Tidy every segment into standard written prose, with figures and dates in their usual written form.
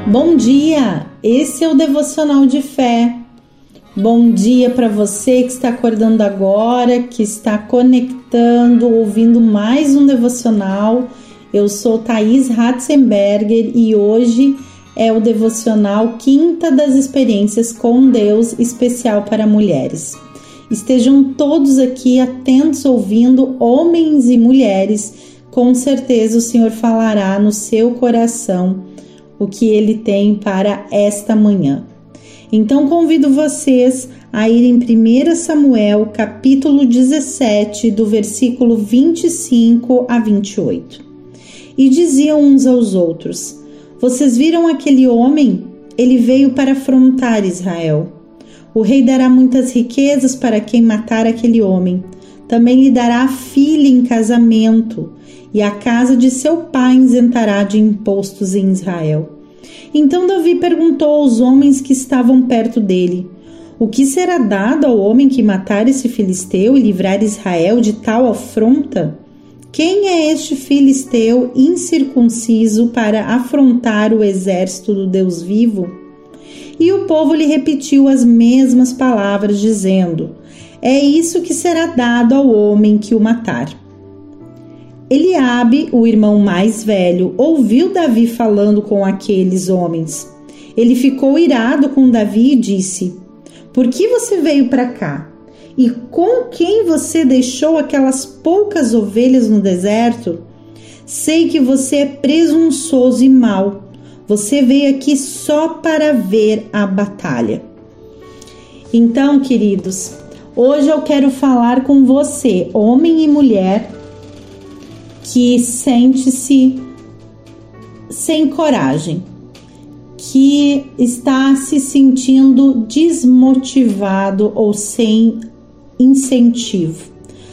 Bom dia, esse é o Devocional de Fé. Bom dia para você que está acordando agora, que está conectando, ouvindo mais um Devocional. Eu sou Thaís Ratzenberger e hoje é o Devocional Quinta das Experiências com Deus, especial para mulheres. Estejam todos aqui atentos ouvindo, homens e mulheres, com certeza o Senhor falará no seu coração o que Ele tem para esta manhã. Então convido vocês a ir em 1 Samuel, capítulo 17, do versículo 25 a 28. E diziam uns aos outros: vocês viram aquele homem? Ele veio para afrontar Israel. O rei dará muitas riquezas para quem matar aquele homem. Também lhe dará a filha em casamento, e a casa de seu pai isentará de impostos em Israel. Então Davi perguntou aos homens que estavam perto dele: o que será dado ao homem que matar esse filisteu e livrar Israel de tal afronta? Quem é este filisteu incircunciso para afrontar o exército do Deus vivo? E o povo lhe repetiu as mesmas palavras, dizendo: é isso que será dado ao homem que o matar. Eliabe, o irmão mais velho, ouviu Davi falando com aqueles homens. Ele ficou irado com Davi e disse: por que você veio para cá? E com quem você deixou aquelas poucas ovelhas no deserto? Sei que você é presunçoso e mau. Você veio aqui só para ver a batalha. Então, queridos, hoje eu quero falar com você, homem e mulher, que sente-se sem coragem, que está se sentindo desmotivado ou sem incentivo.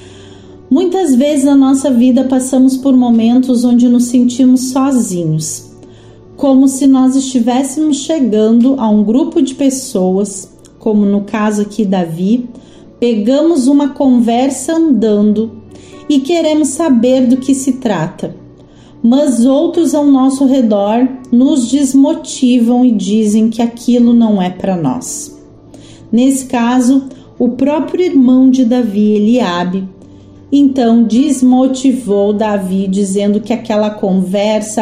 Muitas vezes na nossa vida passamos por momentos onde nos sentimos sozinhos, como se nós estivéssemos chegando a um grupo de pessoas, como no caso aqui Davi, pegamos uma conversa andando e queremos saber do que se trata, mas outros ao nosso redor nos desmotivam e dizem que aquilo não é para nós. Nesse caso, o próprio irmão de Davi, Eliabe, então desmotivou Davi, dizendo que aquela conversa,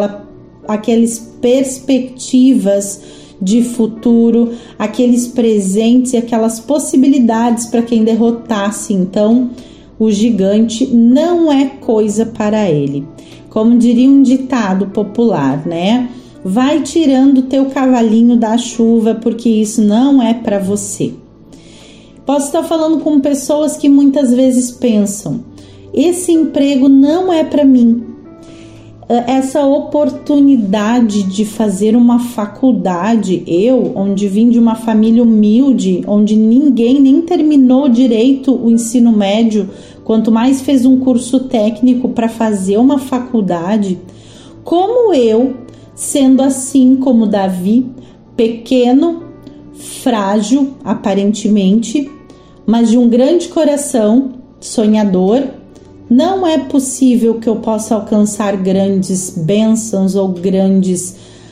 aquelas perspectivas de futuro, aqueles presentes e aquelas possibilidades para quem derrotasse então o gigante não é coisa para ele. Como diria um ditado popular, né? Vai tirando o teu cavalinho da chuva, porque isso não é para você. Posso estar falando com pessoas que muitas vezes pensam: esse emprego não é para mim. Essa oportunidade de fazer uma faculdade, onde vim de uma família humilde, onde ninguém nem terminou direito o ensino médio, quanto mais fez um curso técnico para fazer uma faculdade, como eu, sendo assim como Davi, pequeno, frágil aparentemente, mas de um grande coração, sonhador, não é possível que eu possa alcançar grandes bênçãos ou grandes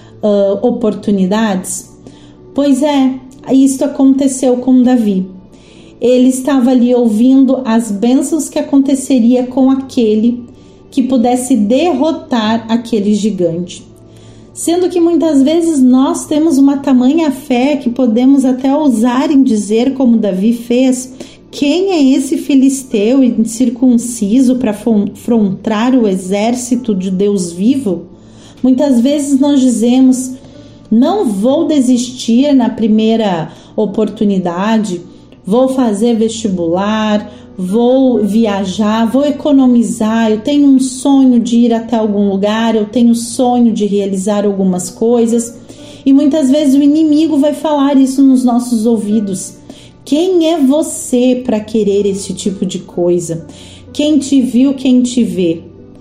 oportunidades? Pois é, isto aconteceu com Davi. Ele estava ali ouvindo as bênçãos que aconteceria com aquele que pudesse derrotar aquele gigante. Sendo que muitas vezes nós temos uma tamanha fé que podemos até ousar em dizer, como Davi fez: quem é esse filisteu incircunciso para afrontar o exército de Deus vivo? Muitas vezes nós dizemos: não vou desistir na primeira oportunidade, vou fazer vestibular, vou viajar, vou economizar, eu tenho um sonho de ir até algum lugar, eu tenho sonho de realizar algumas coisas. E muitas vezes o inimigo vai falar isso nos nossos ouvidos. Quem é você para querer esse tipo de coisa? Quem te viu, quem te vê?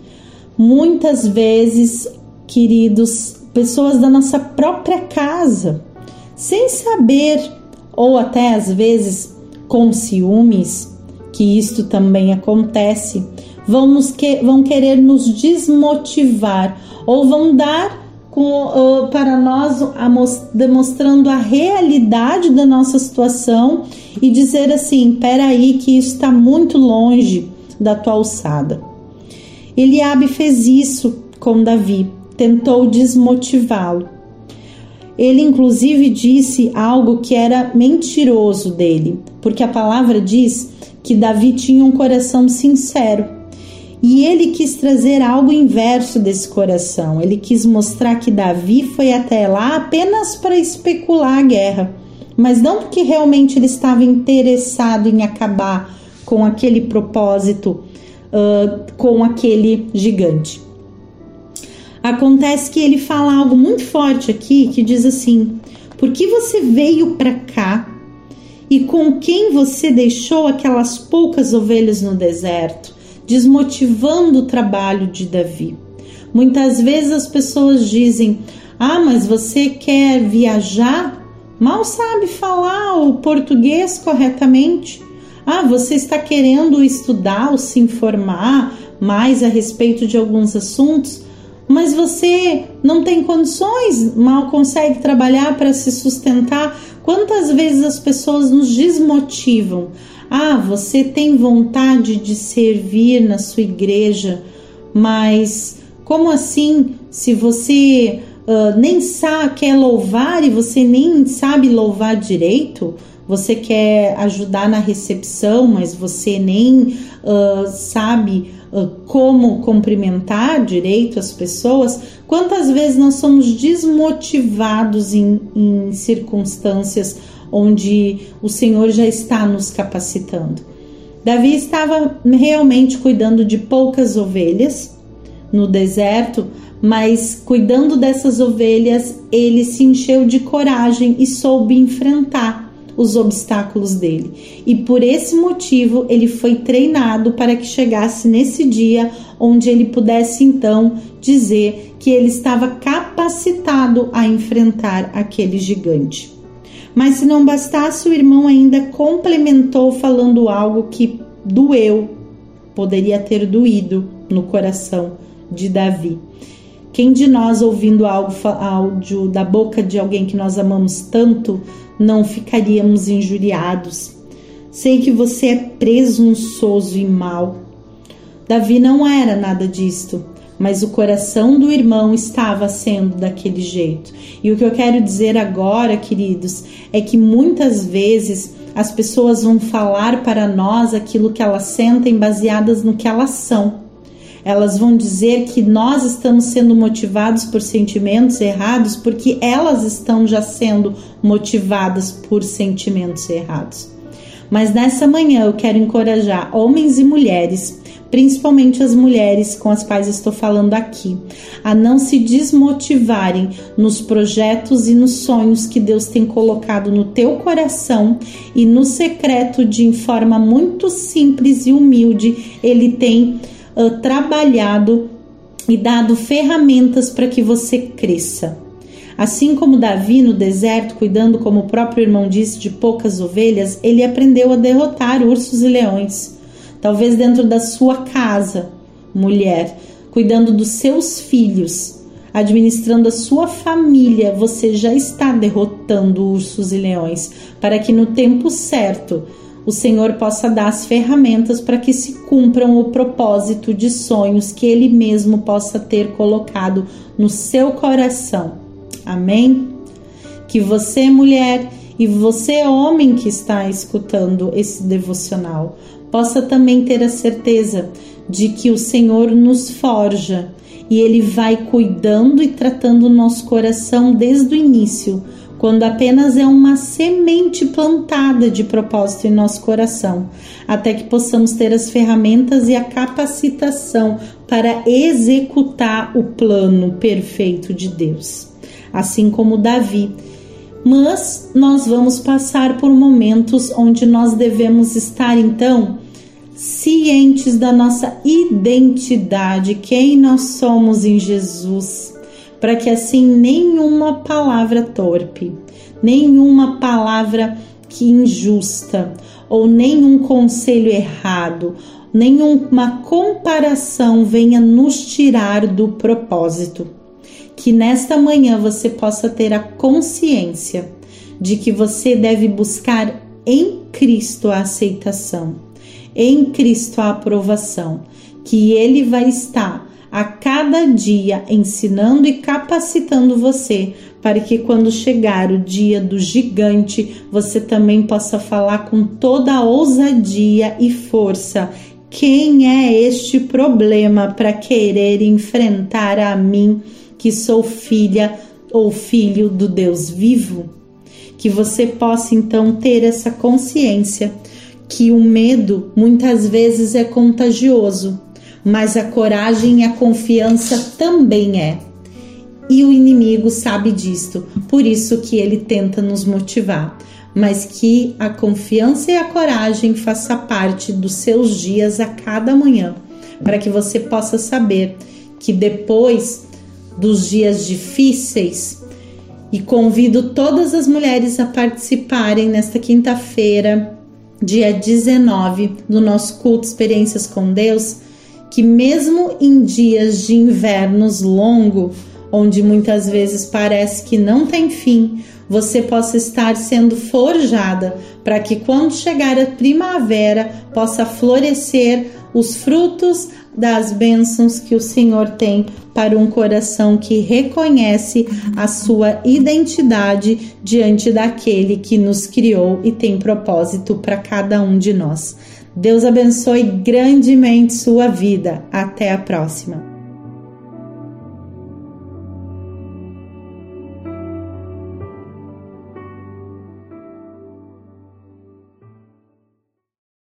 Muitas vezes, queridos, pessoas da nossa própria casa, sem saber, ou até às vezes com ciúmes, que isto também acontece, vão querer nos desmotivar ou vão dar para nós, demonstrando a realidade da nossa situação e dizer assim: peraí, que isso está muito longe da tua alçada. Eliabe fez isso com Davi, tentou desmotivá-lo. Ele inclusive disse algo que era mentiroso dele, porque a palavra diz que Davi tinha um coração sincero. E ele quis trazer algo inverso desse coração. Ele quis mostrar que Davi foi até lá apenas para especular a guerra, mas não porque realmente ele estava interessado em acabar com aquele propósito, com aquele gigante. Acontece que ele fala algo muito forte aqui, que diz assim: por que você veio para cá e com quem você deixou aquelas poucas ovelhas no deserto? Desmotivando o trabalho de Davi. Muitas vezes as pessoas dizem: ah, mas você quer viajar? Mal sabe falar o português corretamente. Ah, você está querendo estudar ou se informar mais a respeito de alguns assuntos, mas você não tem condições, mal consegue trabalhar para se sustentar. Quantas vezes as pessoas nos desmotivam? Ah, você tem vontade de servir na sua igreja, mas como assim? Se você nem sabe, quer louvar e você nem sabe louvar direito, você quer ajudar na recepção, mas você nem sabe como cumprimentar direito as pessoas. Quantas vezes nós somos desmotivados em circunstâncias onde o Senhor já está nos capacitando? Davi estava realmente cuidando de poucas ovelhas no deserto, mas cuidando dessas ovelhas, ele se encheu de coragem e soube enfrentar os obstáculos dele. E por esse motivo, ele foi treinado para que chegasse nesse dia onde ele pudesse então dizer que ele estava capacitado a enfrentar aquele gigante. Mas se não bastasse, o irmão ainda complementou falando algo que doeu, poderia ter doído no coração de Davi. Quem de nós, ouvindo áudio da boca de alguém que nós amamos tanto, não ficaríamos injuriados? Sei que você é presunçoso e mau. Davi não era nada disto, mas o coração do irmão estava sendo daquele jeito. E o que eu quero dizer agora, queridos, é que muitas vezes as pessoas vão falar para nós aquilo que elas sentem baseadas no que elas são. Elas vão dizer que nós estamos sendo motivados por sentimentos errados porque elas estão já sendo motivadas por sentimentos errados. Mas nessa manhã eu quero encorajar homens e mulheres, principalmente as mulheres com as quais estou falando aqui, a não se desmotivarem nos projetos e nos sonhos que Deus tem colocado no teu coração, e no secreto, de forma muito simples e humilde, Ele tem trabalhado e dado ferramentas para que você cresça. Assim como Davi no deserto, cuidando, como o próprio irmão disse, de poucas ovelhas, ele aprendeu a derrotar ursos e leões. Talvez dentro da sua casa, mulher, cuidando dos seus filhos, administrando a sua família, você já está derrotando ursos e leões, para que no tempo certo o Senhor possa dar as ferramentas para que se cumpram o propósito de sonhos que Ele mesmo possa ter colocado no seu coração. Amém? Que você, mulher, e você, homem, que está escutando esse devocional, possa também ter a certeza de que o Senhor nos forja e Ele vai cuidando e tratando o nosso coração desde o início, quando apenas é uma semente plantada de propósito em nosso coração, até que possamos ter as ferramentas e a capacitação para executar o plano perfeito de Deus, assim como Davi. Mas nós vamos passar por momentos onde nós devemos estar, então, cientes da nossa identidade, quem nós somos em Jesus, para que assim nenhuma palavra torpe, nenhuma palavra que injusta, ou nenhum conselho errado, nenhuma comparação venha nos tirar do propósito. que nesta manhã você possa ter a consciência de que você deve buscar em Cristo a aceitação, em Cristo a aprovação, que Ele vai estar a cada dia ensinando e capacitando você para que quando chegar o dia do gigante, você também possa falar com toda a ousadia e força: quem é este problema para querer enfrentar a mim, que sou filha ou filho do Deus vivo? Que você possa então ter essa consciência que o medo muitas vezes é contagioso, mas a coragem e a confiança também é. E o inimigo sabe disto, por isso que ele tenta nos motivar, mas que a confiança e a coragem faça parte dos seus dias a cada manhã, para que você possa saber que depois dos dias difíceis, e convido todas as mulheres a participarem nesta quinta-feira, dia 19, do nosso culto Experiências com Deus, que mesmo em dias de invernos longo, onde muitas vezes parece que não tem fim, você possa estar sendo forjada para que quando chegar a primavera possa florescer os frutos das bênçãos que o Senhor tem para um coração que reconhece a sua identidade diante daquele que nos criou e tem propósito para cada um de nós. Deus abençoe grandemente sua vida. Até a próxima.